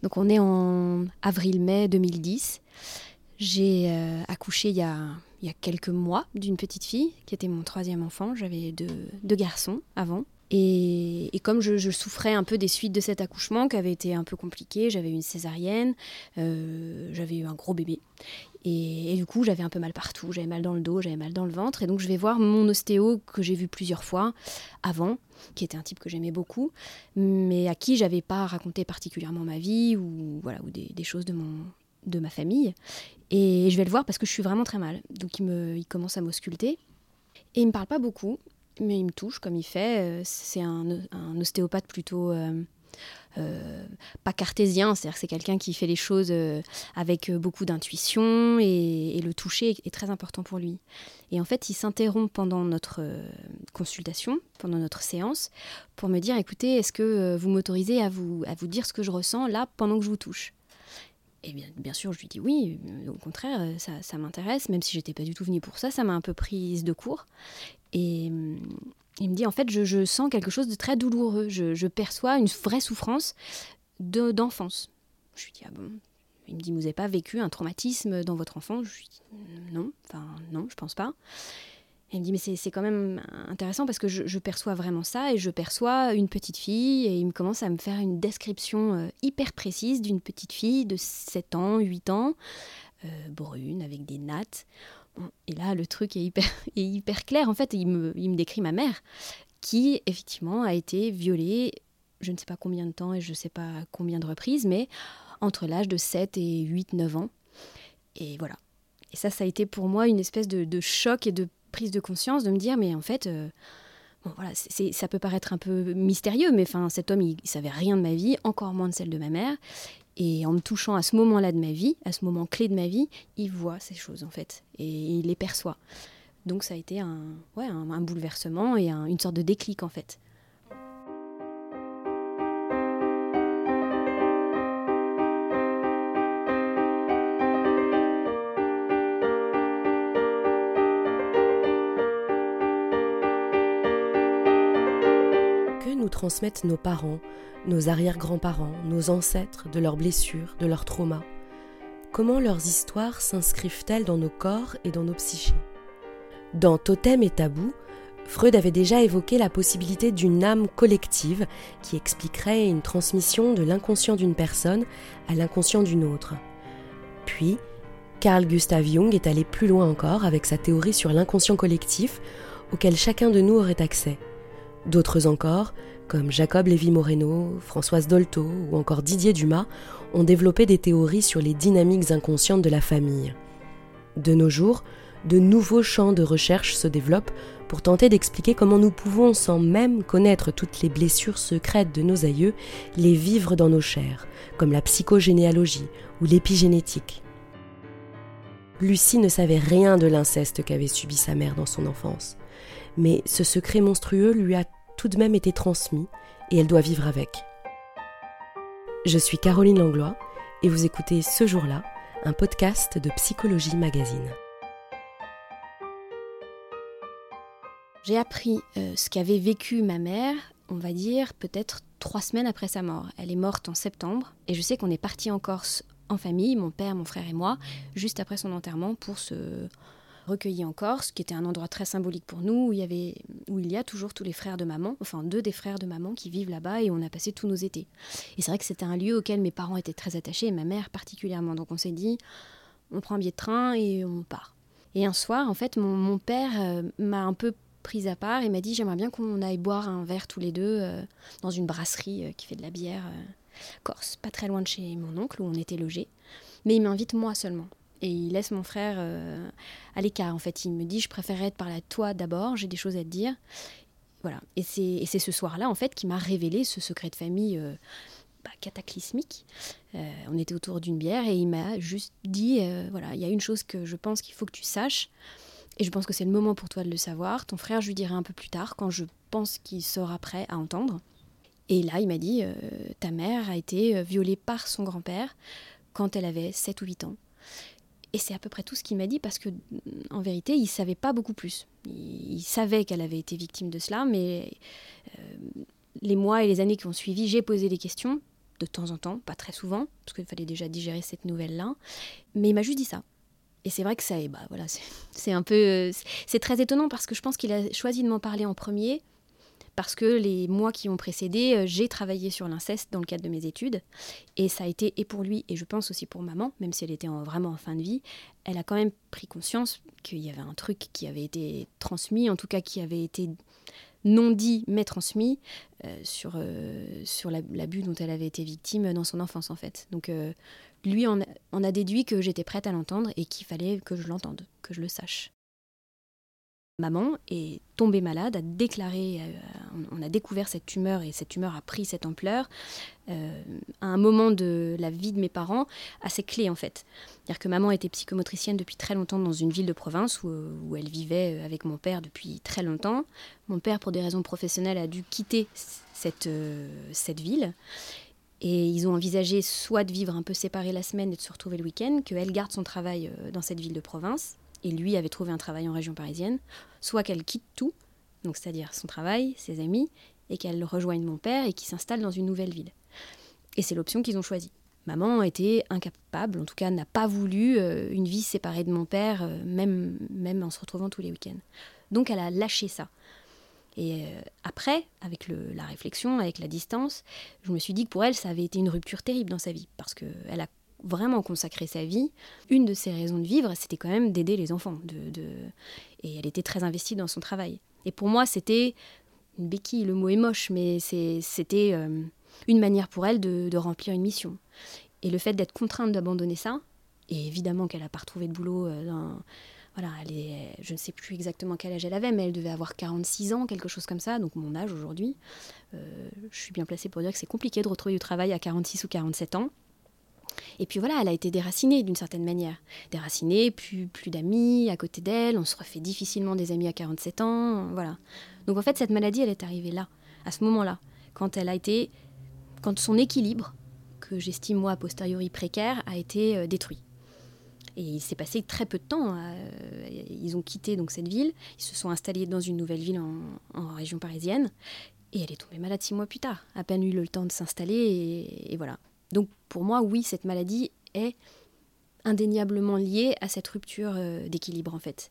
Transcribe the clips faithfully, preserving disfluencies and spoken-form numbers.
Donc on est en avril-mai deux mille dix. J'ai euh, accouché il y, a, il y a quelques mois d'une petite fille qui était mon troisième enfant. J'avais deux, deux garçons avant. Et, et comme je, je souffrais un peu des suites de cet accouchement qui avait été un peu compliqué, j'avais eu une césarienne, euh, j'avais eu un gros bébé. Et, et du coup, j'avais un peu mal partout. J'avais mal dans le dos, j'avais mal dans le ventre. Et donc, je vais voir mon ostéo que j'ai vu plusieurs fois avant, qui était un type que j'aimais beaucoup, mais à qui j'avais pas raconté particulièrement ma vie ou, voilà, ou des, des choses de, mon, de ma famille. Et je vais le voir parce que je suis vraiment très mal. Donc, il, me, il commence à m'ausculter. Et il me parle pas beaucoup, mais il me touche comme il fait. C'est un, un ostéopathe plutôt... Euh, Euh, pas cartésien, c'est-à-dire que c'est quelqu'un qui fait les choses euh, avec beaucoup d'intuition et, et le toucher est, est très important pour lui. Et en fait, il s'interrompt pendant notre euh, consultation, pendant notre séance, pour me dire, écoutez, est-ce que euh, vous m'autorisez à vous, à vous dire ce que je ressens là pendant que je vous touche ? Et bien, bien sûr, je lui dis oui, au contraire, ça, ça m'intéresse, même si j'étais pas du tout venue pour ça, ça m'a un peu prise de court. Et il me dit, en fait, je, je sens quelque chose de très douloureux, je, je perçois une vraie souffrance de, d'enfance. Je lui dis, ah bon ? Il me dit, vous n'avez pas vécu un traumatisme dans votre enfance ? Je lui dis, non, enfin non, je pense pas. Et il me dit, mais c'est, c'est quand même intéressant parce que je, je perçois vraiment ça et je perçois une petite fille et il me commence à me faire une description euh, hyper précise d'une petite fille de sept ans, huit ans, euh, brune, avec des nattes. Bon, et là, le truc est hyper, est hyper clair. En fait, il me, il me décrit ma mère qui, effectivement, a été violée, je ne sais pas combien de temps et je ne sais pas combien de reprises, mais entre l'âge de sept et huit neuf ans. Et voilà. Et ça, ça a été pour moi une espèce de, de choc et de prise de conscience de me dire, mais en fait, euh, bon, voilà, c'est, c'est, ça peut paraître un peu mystérieux, mais enfin, cet homme, il ne savait rien de ma vie, encore moins de celle de ma mère. Et en me touchant à ce moment-là de ma vie, à ce moment clé de ma vie, il voit ces choses, en fait, et il les perçoit. Donc ça a été un, ouais, un, un bouleversement et un, une sorte de déclic, en fait. Nous transmettent nos parents, nos arrière-grands-parents, nos ancêtres de leurs blessures, de leurs traumas. Comment leurs histoires s'inscrivent-elles dans nos corps et dans nos psychés ? Dans Totem et Tabou, Freud avait déjà évoqué la possibilité d'une âme collective qui expliquerait une transmission de l'inconscient d'une personne à l'inconscient d'une autre. Puis, Carl Gustav Jung est allé plus loin encore avec sa théorie sur l'inconscient collectif auquel chacun de nous aurait accès. D'autres encore, comme Jacob Lévy-Moreno, Françoise Dolto ou encore Didier Dumas, ont développé des théories sur les dynamiques inconscientes de la famille. De nos jours, de nouveaux champs de recherche se développent pour tenter d'expliquer comment nous pouvons, sans même connaître toutes les blessures secrètes de nos aïeux, les vivre dans nos chairs, comme la psychogénéalogie ou l'épigénétique. Lucie ne savait rien de l'inceste qu'avait subi sa mère dans son enfance. Mais ce secret monstrueux lui a tout de même été transmis et elle doit vivre avec. Je suis Caroline Langlois et vous écoutez Ce jour-là, un podcast de Psychologie Magazine. J'ai appris euh, ce qu'avait vécu ma mère, on va dire, peut-être trois semaines après sa mort. Elle est morte en septembre et je sais qu'on est parti en Corse en famille, mon père, mon frère et moi, juste après son enterrement pour se recueillis en Corse, qui était un endroit très symbolique pour nous, où il y avait, où il y a toujours tous les frères de maman, enfin deux des frères de maman qui vivent là-bas et on a passé tous nos étés. Et c'est vrai que c'était un lieu auquel mes parents étaient très attachés, et ma mère particulièrement. Donc on s'est dit, on prend un billet de train et on part. Et un soir, en fait, mon, mon père euh, m'a un peu prise à part et m'a dit, j'aimerais bien qu'on aille boire un verre tous les deux euh, dans une brasserie euh, qui fait de la bière euh, corse, pas très loin de chez mon oncle où on était logés. Mais il m'invite moi seulement. Et il laisse mon frère euh, à l'écart. En fait, il me dit, je préférerais te parler à toi d'abord, j'ai des choses à te dire. Voilà. Et c'est, et c'est ce soir-là, en fait, qui m'a révélé ce secret de famille euh, bah, cataclysmique. Euh, on était autour d'une bière et il m'a juste dit, euh, voilà, il y a une chose que je pense qu'il faut que tu saches. Et je pense que c'est le moment pour toi de le savoir. Ton frère, je lui dirai un peu plus tard, quand je pense qu'il sera prêt à entendre. Et là, il m'a dit, euh, ta mère a été violée par son grand-père quand elle avait sept ou huit ans. Et c'est à peu près tout ce qu'il m'a dit parce que, en vérité, il ne savait pas beaucoup plus. Il, il savait qu'elle avait été victime de cela, mais euh, les mois et les années qui ont suivi, j'ai posé des questions de temps en temps, pas très souvent, parce qu'il fallait déjà digérer cette nouvelle-là. Mais il m'a juste dit ça. Et c'est vrai que ça, bah, voilà, c'est, c'est un peu... C'est très étonnant parce que je pense qu'il a choisi de m'en parler en premier, parce que les mois qui ont précédé, j'ai travaillé sur l'inceste dans le cadre de mes études. Et ça a été, et pour lui, et je pense aussi pour maman, même si elle était en, vraiment en fin de vie, elle a quand même pris conscience qu'il y avait un truc qui avait été transmis, en tout cas qui avait été non dit, mais transmis, euh, sur, euh, sur la, l'abus dont elle avait été victime dans son enfance, en fait. Donc, euh, lui en a, en a déduit que j'étais prête à l'entendre et qu'il fallait que je l'entende, que je le sache. Maman est tombée malade, a déclaré, euh, on a découvert cette tumeur et cette tumeur a pris cette ampleur euh, à un moment de la vie de mes parents assez clé en fait. C'est-à-dire que maman était psychomotricienne depuis très longtemps dans une ville de province où, où elle vivait avec mon père depuis très longtemps. Mon père, pour des raisons professionnelles, a dû quitter cette, euh, cette ville. Et ils ont envisagé soit de vivre un peu séparés la semaine et de se retrouver le week-end, qu'elle garde son travail dans cette ville de province. Et lui avait trouvé un travail en région parisienne, soit qu'elle quitte tout, donc c'est-à-dire son travail, ses amis, et qu'elle rejoigne mon père et qu'il s'installe dans une nouvelle ville. Et c'est l'option qu'ils ont choisie. Maman était incapable, en tout cas n'a pas voulu euh, une vie séparée de mon père, euh, même, même en se retrouvant tous les week-ends. Donc elle a lâché ça. Et euh, après, avec le, la réflexion, avec la distance, je me suis dit que pour elle, ça avait été une rupture terrible dans sa vie, parce qu'elle a vraiment consacré sa vie. Une de ses raisons de vivre, c'était quand même d'aider les enfants. De, de... Et elle était très investie dans son travail. Et pour moi, c'était une béquille, le mot est moche, mais c'est, c'était euh, une manière pour elle de, de remplir une mission. Et le fait d'être contrainte d'abandonner ça, et évidemment qu'elle n'a pas retrouvé de boulot, euh, dans... voilà, elle est, je ne sais plus exactement quel âge elle avait, mais elle devait avoir quarante-six ans, quelque chose comme ça, donc mon âge aujourd'hui. Euh, je suis bien placée pour dire que c'est compliqué de retrouver du travail à quarante-six ou quarante-sept ans. Et puis voilà, elle a été déracinée d'une certaine manière. Déracinée, plus, plus d'amis à côté d'elle, on se refait difficilement des amis à quarante-sept ans, voilà. Donc en fait, cette maladie, elle est arrivée là, à ce moment-là, quand elle a été, quand son équilibre, que j'estime moi a posteriori précaire, a été euh, détruit. Et il s'est passé très peu de temps. Euh, ils ont quitté donc cette ville, ils se sont installés dans une nouvelle ville en, en région parisienne, et elle est tombée malade six mois plus tard. À peine eu le temps de s'installer, et, et voilà. Donc pour moi, oui, cette maladie est indéniablement liée à cette rupture euh, d'équilibre en fait.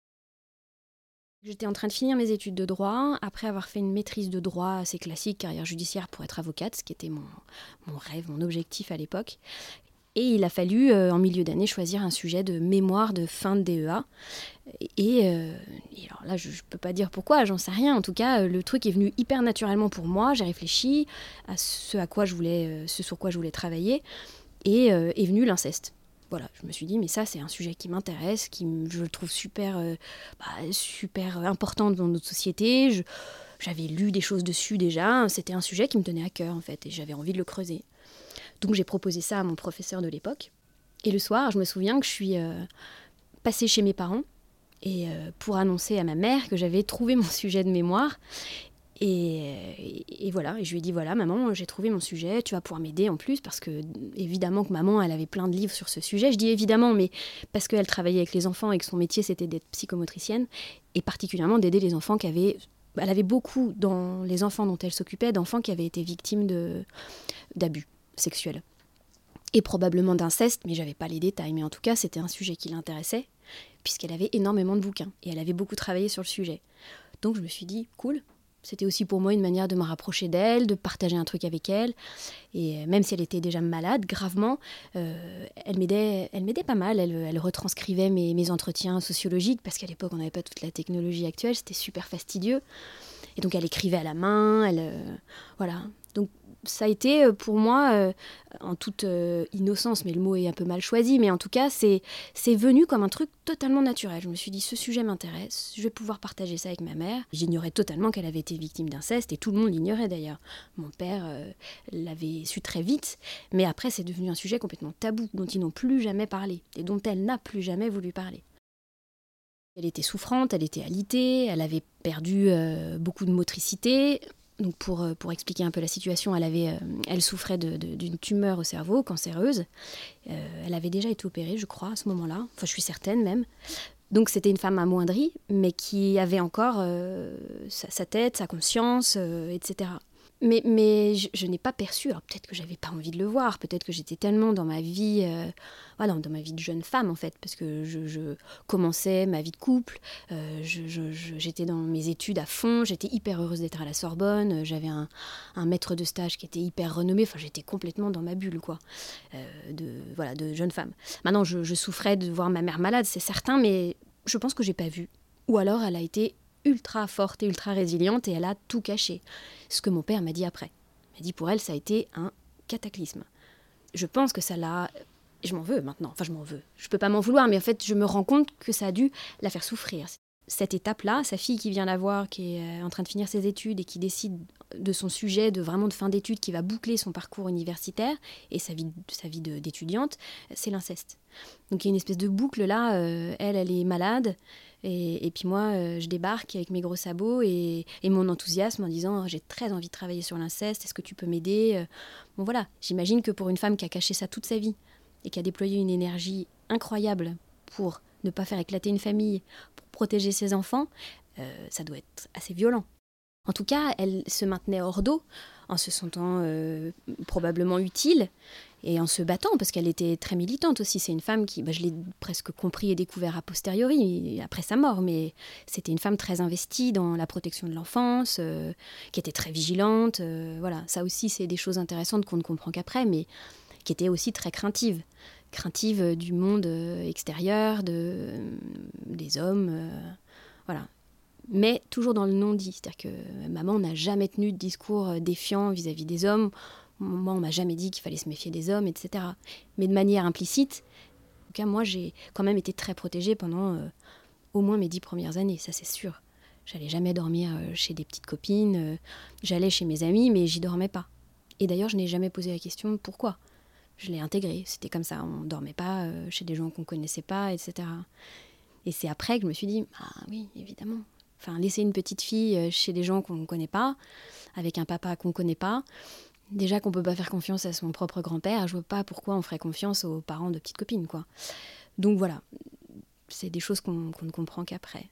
J'étais en train de finir mes études de droit, après avoir fait une maîtrise de droit assez classique, carrière judiciaire pour être avocate, ce qui était mon, mon rêve, mon objectif à l'époque. Et il a fallu, euh, en milieu d'année, choisir un sujet de mémoire de fin de D E A. Et, euh, et alors là, je ne peux pas dire pourquoi, j'en sais rien. En tout cas, le truc est venu hyper naturellement pour moi. J'ai réfléchi à ce, à quoi je voulais, euh, ce sur quoi je voulais travailler. Et euh, est venu l'inceste. Voilà, je me suis dit, mais ça, c'est un sujet qui m'intéresse, qui je le trouve super, euh, bah, super important dans notre société. Je, j'avais lu des choses dessus déjà. C'était un sujet qui me tenait à cœur, en fait, et j'avais envie de le creuser. Donc j'ai proposé ça à mon professeur de l'époque. Et le soir, je me souviens que je suis euh, passée chez mes parents et, euh, pour annoncer à ma mère que j'avais trouvé mon sujet de mémoire. Et, et, et voilà, et je lui ai dit, voilà, maman, j'ai trouvé mon sujet, tu vas pouvoir m'aider en plus, parce que évidemment que maman, elle avait plein de livres sur ce sujet. Je dis évidemment, mais parce qu'elle travaillait avec les enfants et que son métier, c'était d'être psychomotricienne, et particulièrement d'aider les enfants qui avaient... Elle avait beaucoup, dans les enfants dont elle s'occupait, d'enfants qui avaient été victimes de, d'abus sexuel et probablement d'inceste, mais j'avais pas les détails, mais en tout cas c'était un sujet qui l'intéressait puisqu'elle avait énormément de bouquins et elle avait beaucoup travaillé sur le sujet. Donc je me suis dit cool, c'était aussi pour moi une manière de me rapprocher d'elle, de partager un truc avec elle, et même si elle était déjà malade gravement, euh, elle m'aidait, elle m'aidait pas mal, elle, elle retranscrivait mes, mes entretiens sociologiques parce qu'à l'époque on n'avait pas toute la technologie actuelle, c'était super fastidieux, et donc elle écrivait à la main, elle euh, voilà. Donc ça a été pour moi, euh, en toute euh, innocence, mais le mot est un peu mal choisi, mais en tout cas, c'est, c'est venu comme un truc totalement naturel. Je me suis dit, ce sujet m'intéresse, je vais pouvoir partager ça avec ma mère. J'ignorais totalement qu'elle avait été victime d'inceste, et tout le monde l'ignorait d'ailleurs. Mon père euh, l'avait su très vite, mais après, c'est devenu un sujet complètement tabou, dont ils n'ont plus jamais parlé, et dont elle n'a plus jamais voulu parler. Elle était souffrante, elle était alitée, elle avait perdu euh, beaucoup de motricité. Donc pour, pour expliquer un peu la situation, elle, avait, elle souffrait de, de, d'une tumeur au cerveau, cancéreuse. Euh, elle avait déjà été opérée, je crois, à ce moment-là. Enfin, je suis certaine même. Donc c'était une femme amoindrie, mais qui avait encore euh, sa, sa tête, sa conscience, euh, et cetera. Mais, mais je, je n'ai pas perçu, alors peut-être que j'avais pas envie de le voir, peut-être que j'étais tellement dans ma vie, euh, voilà, dans ma vie de jeune femme en fait, parce que je, je commençais ma vie de couple, euh, je, je, je, j'étais dans mes études à fond, j'étais hyper heureuse d'être à la Sorbonne, j'avais un, un maître de stage qui était hyper renommé, enfin j'étais complètement dans ma bulle quoi, euh, de, voilà, de jeune femme. Maintenant je, je souffrais de voir ma mère malade, c'est certain, mais je pense que j'ai pas vu. Ou alors elle a été ultra forte et ultra résiliente et elle a tout caché. Ce que mon père m'a dit après. Il m'a dit pour elle, ça a été un cataclysme. Je pense que ça l'a... Je m'en veux maintenant. Enfin, je m'en veux. Je peux pas m'en vouloir, mais en fait, je me rends compte que ça a dû la faire souffrir. Cette étape-là, sa fille qui vient la voir, qui est en train de finir ses études et qui décide de son sujet, de vraiment de fin d'études, qui va boucler son parcours universitaire et sa vie, sa vie de, d'étudiante, c'est l'inceste. Donc il y a une espèce de boucle là. Euh, elle, elle est malade. Et, et puis moi, euh, je débarque avec mes gros sabots et, et mon enthousiasme en disant oh, « j'ai très envie de travailler sur l'inceste, est-ce que tu peux m'aider ?» Bon voilà, j'imagine que pour une femme qui a caché ça toute sa vie et qui a déployé une énergie incroyable pour ne pas faire éclater une famille, pour protéger ses enfants, euh, ça doit être assez violent. En tout cas, elle se maintenait hors d'eau, en se sentant euh, probablement utile et en se battant, parce qu'elle était très militante aussi. C'est une femme qui, bah, je l'ai presque compris et découvert a posteriori, après sa mort, mais c'était une femme très investie dans la protection de l'enfance, euh, qui était très vigilante. Euh, voilà, ça aussi, c'est des choses intéressantes qu'on ne comprend qu'après, mais qui était aussi très craintive. Craintive du monde extérieur, de, euh, des hommes, euh, voilà. Mais toujours dans le non-dit. C'est-à-dire que maman n'a jamais tenu de discours défiant vis-à-vis des hommes. Moi, on m'a jamais dit qu'il fallait se méfier des hommes, et cetera. Mais de manière implicite, en tout cas, moi, j'ai quand même été très protégée pendant euh, au moins mes dix premières années, ça c'est sûr. J'allais jamais dormir euh, chez des petites copines. Euh, j'allais chez mes amis, mais j'y dormais pas. Et d'ailleurs, je n'ai jamais posé la question pourquoi. Je l'ai intégré. C'était comme ça. On dormait pas euh, chez des gens qu'on connaissait pas, et cetera. Et c'est après que je me suis dit, ah oui, évidemment. Enfin, laisser une petite fille chez des gens qu'on ne connaît pas, avec un papa qu'on ne connaît pas. Déjà qu'on ne peut pas faire confiance à son propre grand-père, je ne vois pas pourquoi on ferait confiance aux parents de petites copines, quoi. Donc voilà, c'est des choses qu'on, qu'on ne comprend qu'après.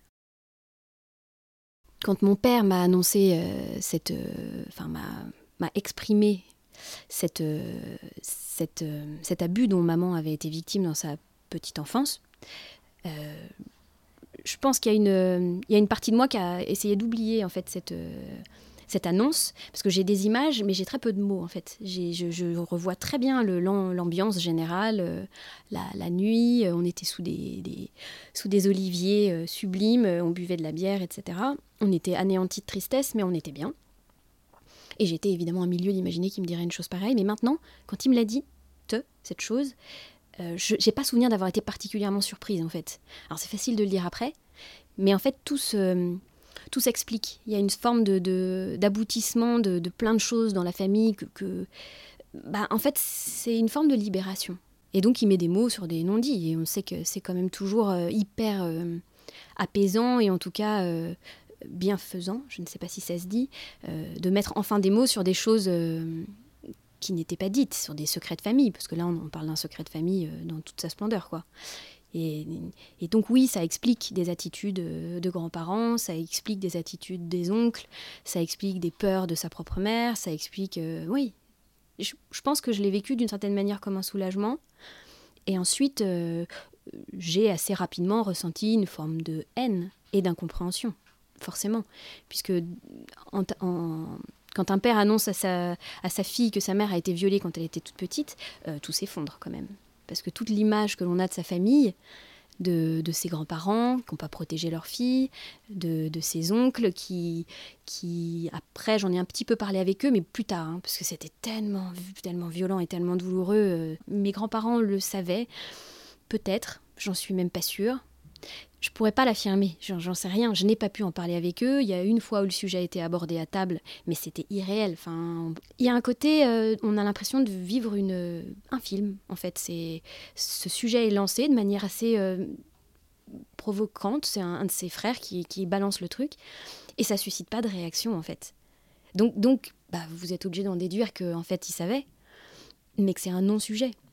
Quand mon père m'a annoncé euh, cette... Euh, enfin, m'a, m'a exprimé cette, euh, cette, euh, cet abus dont maman avait été victime dans sa petite enfance, euh, je pense qu'il y a, une, il y a une partie de moi qui a essayé d'oublier en fait cette, cette annonce, parce que j'ai des images, mais j'ai très peu de mots en fait. J'ai, je, je revois très bien le, l'ambiance générale, la, la nuit, on était sous des, des, sous des oliviers sublimes, on buvait de la bière, et cetera. On était anéantis de tristesse, mais on était bien. Et j'étais évidemment un milieu d'imaginer qu'il me dirait une chose pareille, mais maintenant, quand il me l'a dit, te, cette chose... Euh, je n'ai pas souvenir d'avoir été particulièrement surprise, en fait. Alors, c'est facile de le dire après, mais en fait, tout, se, tout s'explique. Il y a une forme de, de, d'aboutissement de, de plein de choses dans la famille que... que bah, en fait, c'est une forme de libération. Et donc, il met des mots sur des non-dits. Et on sait que c'est quand même toujours euh, hyper euh, apaisant et en tout cas euh, bienfaisant, je ne sais pas si ça se dit, euh, de mettre enfin des mots sur des choses... Euh, qui n'étaient pas dites, sur des secrets de famille, parce que là, on parle d'un secret de famille dans toute sa splendeur, quoi. Et, et donc oui, ça explique des attitudes de grands-parents, ça explique des attitudes des oncles, ça explique des peurs de sa propre mère, ça explique... Euh, oui, je, je pense que je l'ai vécu d'une certaine manière comme un soulagement. Et ensuite, euh, j'ai assez rapidement ressenti une forme de haine et d'incompréhension, forcément, puisque en... en Quand un père annonce à sa, à sa fille que sa mère a été violée quand elle était toute petite, euh, tout s'effondre quand même. Parce que toute l'image que l'on a de sa famille, de, de ses grands-parents qui n'ont pas protégé leur fille, de, de ses oncles qui, qui... Après, j'en ai un petit peu parlé avec eux, mais plus tard, hein, parce que c'était tellement, tellement violent et tellement douloureux. Euh, mes grands-parents le savaient, peut-être, j'en suis même pas sûre. Je pourrais pas l'affirmer, j'en, j'en sais rien, je n'ai pas pu en parler avec eux. Il y a une fois où le sujet a été abordé à table, mais c'était irréel. Enfin, il y a un côté, euh, on a l'impression de vivre une, un film, en fait. C'est, ce sujet est lancé de manière assez euh, provocante, c'est un, un de ses frères qui, qui balance le truc, et ça suscite pas de réaction, en fait. Donc, donc bah, vous êtes obligé d'en déduire qu'en fait, il savait, mais que c'est un non-sujet.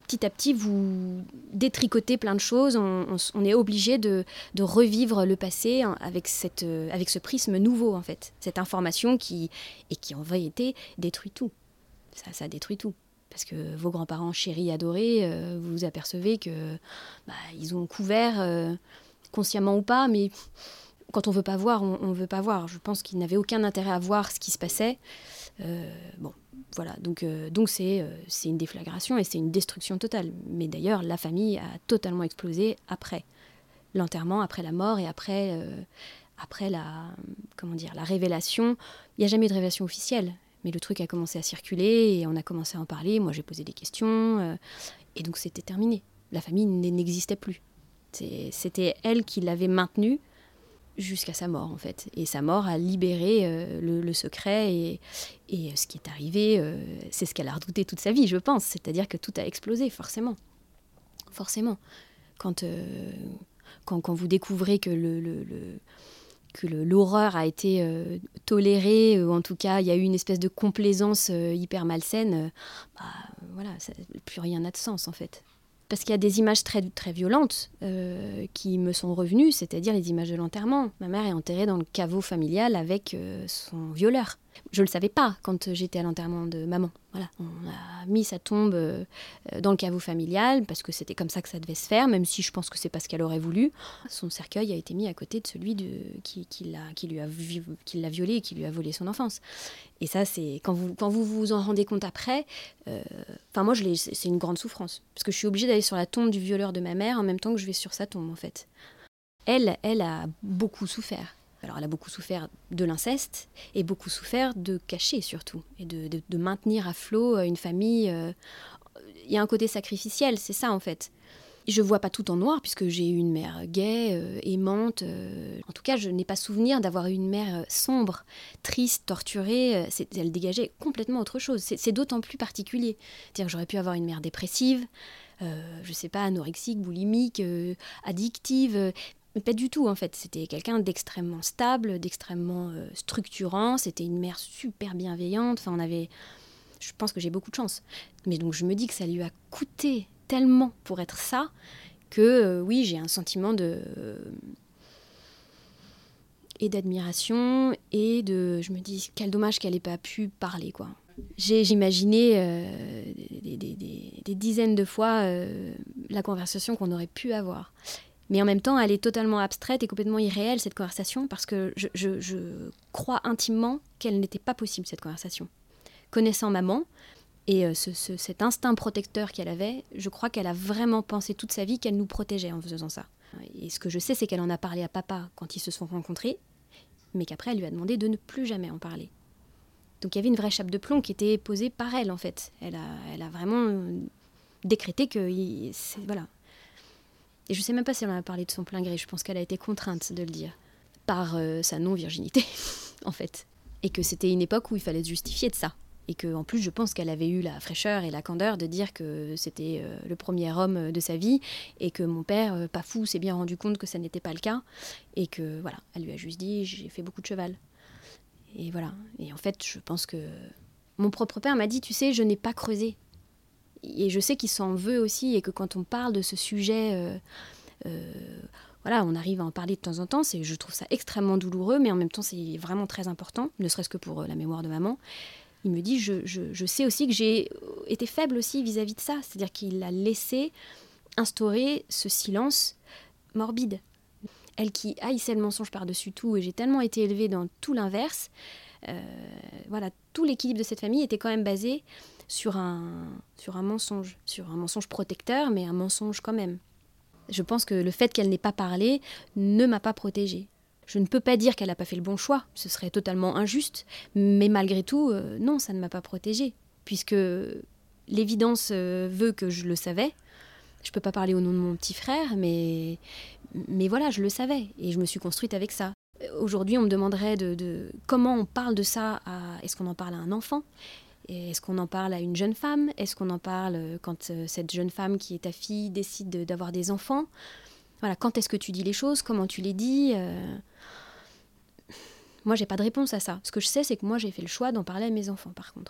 petit à petit, vous détricotez plein de choses. On, on, on est obligé de, de revivre le passé avec, cette, avec ce prisme nouveau, en fait. Cette information qui, et qui, en vérité, détruit tout. Ça, ça détruit tout. Parce que vos grands-parents chéris, adorés, euh, vous vous apercevez que bah, ils ont couvert, euh, consciemment ou pas, mais quand on veut pas voir, on, on veut pas voir. Je pense qu'ils n'avaient aucun intérêt à voir ce qui se passait. Euh, bon, voilà. Donc, euh, donc c'est, euh, c'est une déflagration et c'est une destruction totale. Mais d'ailleurs, la famille a totalement explosé après l'enterrement, après la mort et après, euh, après la, comment dire, la révélation. Il n'y a jamais eu de révélation officielle. Mais le truc a commencé à circuler et on a commencé à en parler. Moi, j'ai posé des questions euh, et donc c'était terminé. La famille n'existait plus. C'est, c'était elle qui l'avait maintenue jusqu'à sa mort, en fait. Et sa mort a libéré euh, le, le secret et, et ce qui est arrivé, euh, c'est ce qu'elle a redouté toute sa vie, je pense. C'est-à-dire que tout a explosé, forcément. Forcément. Quand, euh, quand, quand vous découvrez que le... le, le que le, l'horreur a été euh, tolérée, ou en tout cas, il y a eu une espèce de complaisance euh, hyper malsaine, euh, bah, voilà, ça, plus rien n'a de sens, en fait. Parce qu'il y a des images très, très violentes euh, qui me sont revenues, c'est-à-dire les images de l'enterrement. Ma mère est enterrée dans le caveau familial avec euh, son violeur. Je ne le savais pas quand j'étais à l'enterrement de maman. Voilà. On a mis sa tombe euh, dans le caveau familial parce que c'était comme ça que ça devait se faire, même si je pense que c'est pas ce qu'elle aurait voulu. Son cercueil a été mis à côté de celui de, qui, qui, l'a, qui, lui a, qui l'a violé et qui lui a volé son enfance. Et ça, c'est quand vous quand vous, vous en rendez compte après, euh, enfin moi, je l'ai, c'est une grande souffrance. Parce que je suis obligée d'aller sur la tombe du violeur de ma mère en même temps que je vais sur sa tombe, en fait. Elle, elle a beaucoup souffert. Alors, elle a beaucoup souffert de l'inceste et beaucoup souffert de cacher, surtout, et de, de, de maintenir à flot une famille. Euh, il y a un côté sacrificiel, c'est ça, en fait. Je ne vois pas tout en noir, puisque j'ai eu une mère gaie, euh, aimante. Euh, en tout cas, je n'ai pas souvenir d'avoir eu une mère euh, sombre, triste, torturée. Euh, c'est, elle dégageait complètement autre chose. C'est, c'est d'autant plus particulier. C'est-à-dire que j'aurais pu avoir une mère dépressive, euh, je ne sais pas, anorexique, boulimique, euh, addictive... Euh, Mais pas du tout, en fait. C'était quelqu'un d'extrêmement stable, d'extrêmement euh, structurant. C'était une mère super bienveillante. Enfin, on avait... Je pense que j'ai beaucoup de chance. Mais donc, je me dis que ça lui a coûté tellement pour être ça que, euh, oui, j'ai un sentiment de... Euh, et d'admiration et de... Je me dis, quel dommage qu'elle n'ait pas pu parler, quoi. J'ai, j'imaginais euh, des, des, des, des dizaines de fois euh, la conversation qu'on aurait pu avoir. Mais en même temps, elle est totalement abstraite et complètement irréelle, cette conversation, parce que je, je, je crois intimement qu'elle n'était pas possible, cette conversation. Connaissant maman, et euh, ce, ce, cet instinct protecteur qu'elle avait, je crois qu'elle a vraiment pensé toute sa vie qu'elle nous protégeait en faisant ça. Et ce que je sais, c'est qu'elle en a parlé à papa quand ils se sont rencontrés, mais qu'après, elle lui a demandé de ne plus jamais en parler. Donc il y avait une vraie chape de plomb qui était posée par elle, en fait. Elle a, elle a vraiment décrété que... Il, c'est, voilà. Et je ne sais même pas si elle en a parlé de son plein gré, je pense qu'elle a été contrainte de le dire, par euh, sa non-virginité, en fait. Et que c'était une époque où il fallait se justifier de ça. Et qu'en plus, je pense qu'elle avait eu la fraîcheur et la candeur de dire que c'était euh, le premier homme de sa vie, et que mon père, euh, pas fou, s'est bien rendu compte que ça n'était pas le cas, et que, voilà, elle lui a juste dit « j'ai fait beaucoup de cheval ». Et voilà. Et en fait, je pense que... Mon propre père m'a dit « tu sais, je n'ai pas creusé ». Et je sais qu'il s'en veut aussi, et que quand on parle de ce sujet, euh, euh, voilà, on arrive à en parler de temps en temps. C'est, je trouve ça extrêmement douloureux, mais en même temps, c'est vraiment très important, ne serait-ce que pour euh, la mémoire de maman. Il me dit, je, je, je sais aussi que j'ai été faible aussi vis-à-vis de ça. C'est-à-dire qu'il a laissé instaurer ce silence morbide. Elle qui haïssait le mensonge par-dessus tout, et j'ai tellement été élevée dans tout l'inverse. Euh, voilà, tout l'équilibre de cette famille était quand même basé sur un, sur un mensonge, sur un mensonge protecteur, mais un mensonge quand même. Je pense que le fait qu'elle n'ait pas parlé ne m'a pas protégée. Je ne peux pas dire qu'elle n'a pas fait le bon choix, ce serait totalement injuste, mais malgré tout, euh, non, ça ne m'a pas protégée, puisque l'évidence euh, veut que je le savais. Je ne peux pas parler au nom de mon petit frère, mais, mais voilà, je le savais, et je me suis construite avec ça. Aujourd'hui, on me demanderait de, de comment on parle de ça à... Est-ce qu'on en parle à un enfant ? Est-ce qu'on en parle à une jeune femme ? Est-ce qu'on en parle quand euh, cette jeune femme qui est ta fille décide de, d'avoir des enfants ? Voilà, quand est-ce que tu dis les choses ? Comment tu les dis ? euh... Moi, j'ai pas de réponse à ça. Ce que je sais, c'est que moi, j'ai fait le choix d'en parler à mes enfants, par contre.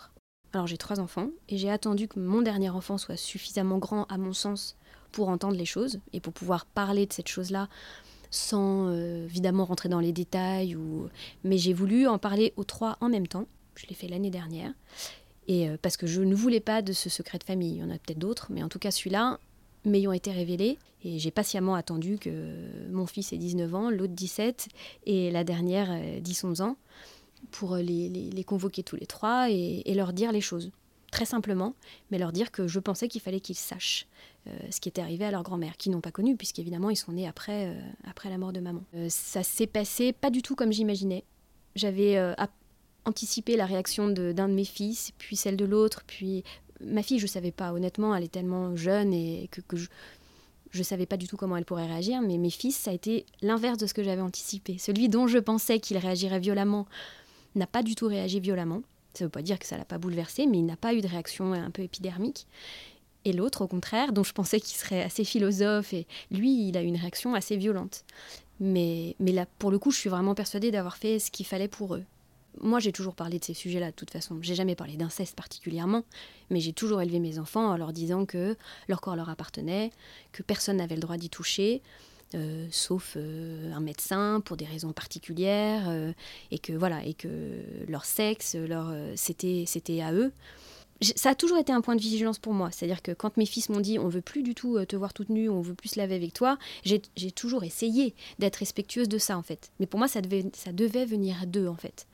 Alors j'ai trois enfants et j'ai attendu que mon dernier enfant soit suffisamment grand à mon sens pour entendre les choses et pour pouvoir parler de cette chose-là sans euh, évidemment rentrer dans les détails. Ou... Mais j'ai voulu en parler aux trois en même temps. Je l'ai fait l'année dernière. Et euh, parce que je ne voulais pas de ce secret de famille. Il y en a peut-être d'autres, mais en tout cas celui-là m'ayant été révélé. Et j'ai patiemment attendu que mon fils ait dix-neuf ans, l'autre dix-sept et la dernière euh, dix onze ans pour les, les, les convoquer tous les trois et, et leur dire les choses. Très simplement, mais leur dire que je pensais qu'il fallait qu'ils sachent euh, ce qui était arrivé à leur grand-mère, qu'ils n'ont pas connu, puisqu'évidemment ils sont nés après, euh, après la mort de maman. Euh, ça s'est passé pas du tout comme j'imaginais. J'avais euh, anticipé la réaction de, d'un de mes fils, puis celle de l'autre, puis ma fille, je ne savais pas, honnêtement, elle est tellement jeune et que, que je ne savais pas du tout comment elle pourrait réagir, mais mes fils, ça a été l'inverse de ce que j'avais anticipé. Celui dont je pensais qu'il réagirait violemment n'a pas du tout réagi violemment. Ça ne veut pas dire que ça ne l'a pas bouleversé, mais il n'a pas eu de réaction un peu épidermique. Et l'autre, au contraire, dont je pensais qu'il serait assez philosophe, et lui, il a eu une réaction assez violente. Mais, mais là, pour le coup, je suis vraiment persuadée d'avoir fait ce qu'il fallait pour eux. Moi, j'ai toujours parlé de ces sujets-là, de toute façon. J'ai jamais parlé d'inceste particulièrement, mais j'ai toujours élevé mes enfants en leur disant que leur corps leur appartenait, que personne n'avait le droit d'y toucher, Euh, sauf euh, un médecin pour des raisons particulières, euh, et que voilà, et que leur sexe, leur, euh, c'était, c'était à eux. J- ça a toujours été un point de vigilance pour moi, c'est-à-dire que quand mes fils m'ont dit on veut plus du tout te voir toute nue, on veut plus se laver avec toi, j'ai, j'ai toujours essayé d'être respectueuse de ça en fait. Mais pour moi ça devait, ça devait venir d'eux en fait.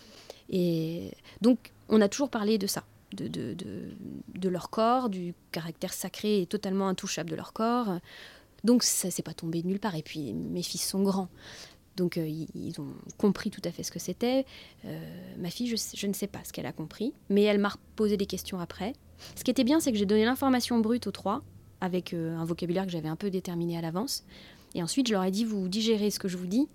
Et donc on a toujours parlé de ça. De, de, de, de leur corps, du caractère sacré et totalement intouchable de leur corps. Donc ça s'est pas tombé de nulle part. Et puis mes fils sont grands, donc euh, ils, ils ont compris tout à fait ce que c'était. Euh, ma fille, je, je ne sais pas ce qu'elle a compris, mais elle m'a posé des questions après. Ce qui était bien, c'est que j'ai donné l'information brute aux trois, avec euh, un vocabulaire que j'avais un peu déterminé à l'avance. Et ensuite, je leur ai dit, vous digérez ce que je vous dis.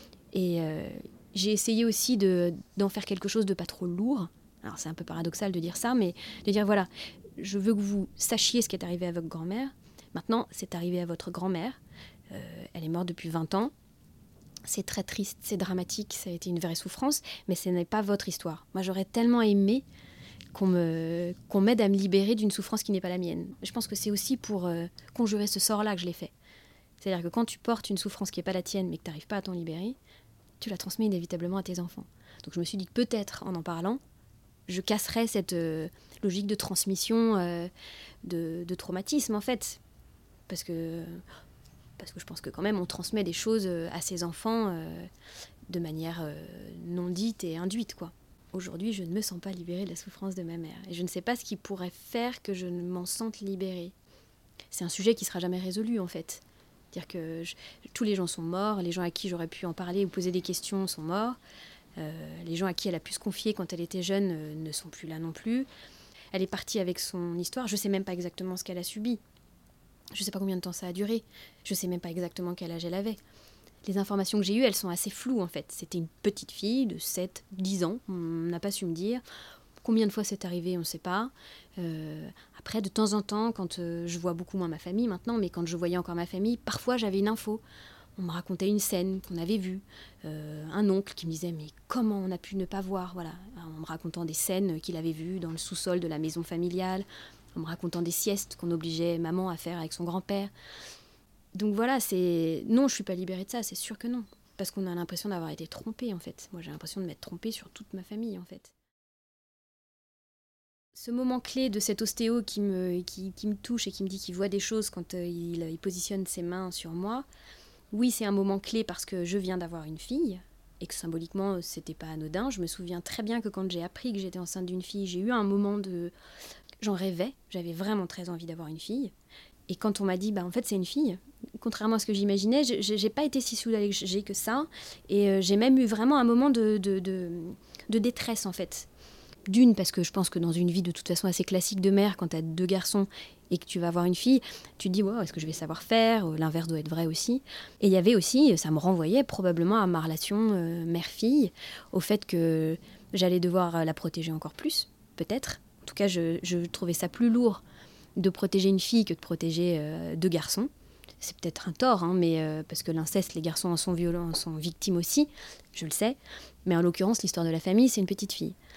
Et euh, j'ai essayé aussi de, d'en faire quelque chose de pas trop lourd. Alors c'est un peu paradoxal de dire ça, mais de dire, voilà, je veux que vous sachiez ce qui est arrivé à votre grand-mère. Maintenant, c'est arrivé à votre grand-mère. Euh, elle est morte depuis vingt ans. C'est très triste, c'est dramatique, ça a été une vraie souffrance, mais ce n'est pas votre histoire. Moi, j'aurais tellement aimé qu'on, me, qu'on m'aide à me libérer d'une souffrance qui n'est pas la mienne. Je pense que c'est aussi pour euh, conjurer ce sort-là que je l'ai fait. C'est-à-dire que quand tu portes une souffrance qui n'est pas la tienne, mais que tu n'arrives pas à t'en libérer, tu la transmets inévitablement à tes enfants. Donc je me suis dit que peut-être, en en parlant, je casserais cette euh, logique de transmission euh, de, de traumatisme, en fait. Parce que, parce que je pense que quand même on transmet des choses à ses enfants euh, de manière euh, non dite et induite, quoi. Aujourd'hui, je ne me sens pas libérée de la souffrance de ma mère. Et je ne sais pas ce qui pourrait faire que je ne m'en sente libérée. C'est un sujet qui ne sera jamais résolu, en fait. C'est-à-dire que je, tous les gens sont morts, les gens à qui j'aurais pu en parler ou poser des questions sont morts. Euh, les gens à qui elle a pu se confier quand elle était jeune euh, ne sont plus là non plus. Elle est partie avec son histoire. Je ne sais même pas exactement ce qu'elle a subi. Je ne sais pas combien de temps ça a duré. Je ne sais même pas exactement quel âge elle avait. Les informations que j'ai eues, elles sont assez floues en fait. C'était une petite fille de sept dix ans, on n'a pas su me dire. Combien de fois c'est arrivé, on ne sait pas. Euh, après, de temps en temps, quand euh, je vois beaucoup moins ma famille maintenant, mais quand je voyais encore ma famille, parfois j'avais une info. On me racontait une scène qu'on avait vue. Euh, un oncle qui me disait « mais comment on a pu ne pas voir ?» Voilà, en me racontant des scènes qu'il avait vues dans le sous-sol de la maison familiale, en me racontant des siestes qu'on obligeait maman à faire avec son grand-père. Donc voilà, c'est... Non, je ne suis pas libérée de ça, c'est sûr que non. Parce qu'on a l'impression d'avoir été trompée, en fait. Moi, j'ai l'impression de m'être trompée sur toute ma famille, en fait. Ce moment clé de cet ostéo qui me, qui, qui me touche et qui me dit qu'il voit des choses quand euh, il, il positionne ses mains sur moi, oui, c'est un moment clé parce que je viens d'avoir une fille et que symboliquement, c'était pas anodin. Je me souviens très bien que quand j'ai appris que j'étais enceinte d'une fille, j'ai eu un moment de... J'en rêvais, j'avais vraiment très envie d'avoir une fille. Et quand on m'a dit, bah en fait c'est une fille, contrairement à ce que j'imaginais, je, je, j'ai pas été si soulagée que ça. Et euh, j'ai même eu vraiment un moment de, de, de, de détresse en fait. D'une, parce que je pense que dans une vie de toute façon assez classique de mère, quand tu as deux garçons et que tu vas avoir une fille, tu te dis, wow, est-ce que je vais savoir faire ? L'inverse doit être vrai aussi. Et il y avait aussi, ça me renvoyait probablement à ma relation euh, mère-fille, au fait que j'allais devoir la protéger encore plus, peut-être. En tout cas, je, je trouvais ça plus lourd de protéger une fille que de protéger euh, deux garçons. C'est peut-être un tort, hein, mais euh, parce que l'inceste, les garçons en sont violents, en sont victimes aussi, je le sais. Mais en l'occurrence, l'histoire de la famille, c'est une petite fille.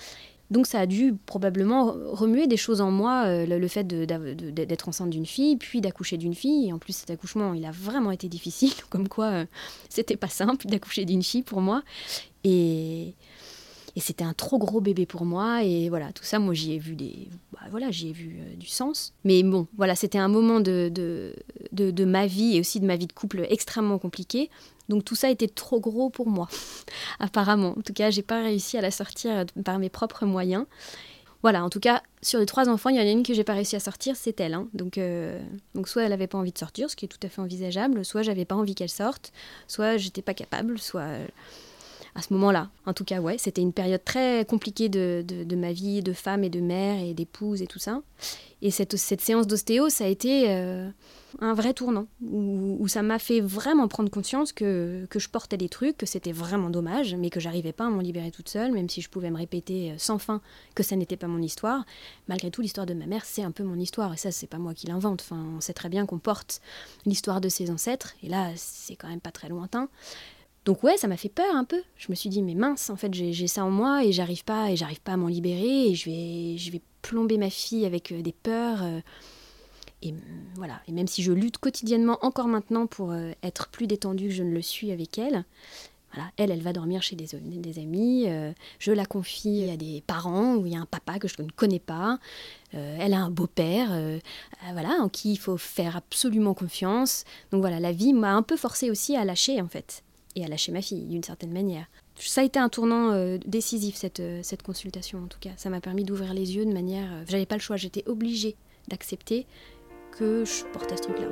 Donc ça a dû probablement remuer des choses en moi, euh, le, le fait de, de, d'être enceinte d'une fille, puis d'accoucher d'une fille. Et en plus, cet accouchement, il a vraiment été difficile, comme quoi euh, c'était pas simple d'accoucher d'une fille pour moi. Et, et c'était un trop gros bébé pour moi. Et voilà, tout ça, moi, j'y ai vu, des, bah, voilà, j'y ai vu euh, du sens. Mais bon, voilà, c'était un moment de, de, de, de ma vie et aussi de ma vie de couple extrêmement compliqué. Donc tout ça était trop gros pour moi, apparemment. En tout cas, j'ai pas réussi à la sortir par mes propres moyens. Voilà, en tout cas, sur les trois enfants, il y en a une que j'ai pas réussi à sortir, c'est elle. Hein. Donc, euh, donc soit elle avait pas envie de sortir, ce qui est tout à fait envisageable, soit j'avais pas envie qu'elle sorte, soit j'étais pas capable, soit euh, à ce moment-là. En tout cas, ouais, c'était une période très compliquée de, de, de ma vie de femme et de mère et d'épouse et tout ça. Et cette, cette séance d'ostéo, ça a été euh, un vrai tournant, où, où ça m'a fait vraiment prendre conscience que, que je portais des trucs, que c'était vraiment dommage, mais que j'arrivais pas à m'en libérer toute seule, même si je pouvais me répéter sans fin que ça n'était pas mon histoire. Malgré tout, l'histoire de ma mère, c'est un peu mon histoire, et ça, c'est pas moi qui l'invente. Enfin, on sait très bien qu'on porte l'histoire de ses ancêtres, et là, c'est quand même pas très lointain. Donc ouais, ça m'a fait peur un peu. Je me suis dit, mais mince, en fait, j'ai, j'ai ça en moi, et j'arrive pas, et j'arrive pas à m'en libérer, et je vais, je vais plomber ma fille avec des peurs. Euh, et voilà. Et même si je lutte quotidiennement, encore maintenant, pour euh, être plus détendue que je ne le suis avec elle, voilà, elle, elle va dormir chez des, des amis, euh, je la confie à des parents, où il y a un papa que je ne connais pas, euh, elle a un beau-père, euh, euh, voilà, en qui il faut faire absolument confiance. Donc voilà, la vie m'a un peu forcée aussi à lâcher, en fait, et à lâcher ma fille, d'une certaine manière. Ça a été un tournant euh, décisif, cette, euh, cette consultation, en tout cas. Ça m'a permis d'ouvrir les yeux de manière... Euh, j'avais pas le choix, j'étais obligée d'accepter que je portais ce truc-là.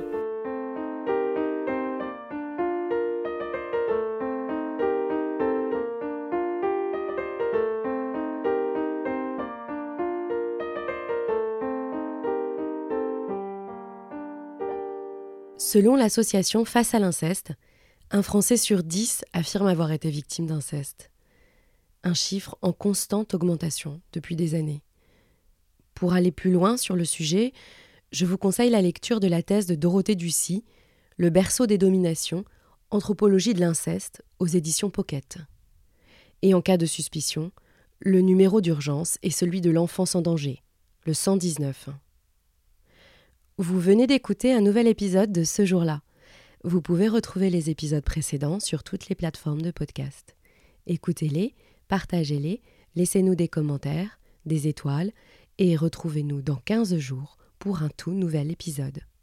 Selon l'association Face à l'inceste, un Français sur dix affirme avoir été victime d'inceste. Un chiffre en constante augmentation depuis des années. Pour aller plus loin sur le sujet, je vous conseille la lecture de la thèse de Dorothée Ducy, Le berceau des dominations, anthropologie de l'inceste, aux éditions Pocket. Et en cas de suspicion, le numéro d'urgence est celui de l'enfance en danger, le cent dix-neuf. Vous venez d'écouter un nouvel épisode de Ce jour-là. Vous pouvez retrouver les épisodes précédents sur toutes les plateformes de podcast. Écoutez-les, partagez-les, laissez-nous des commentaires, des étoiles et retrouvez-nous dans quinze jours pour un tout nouvel épisode.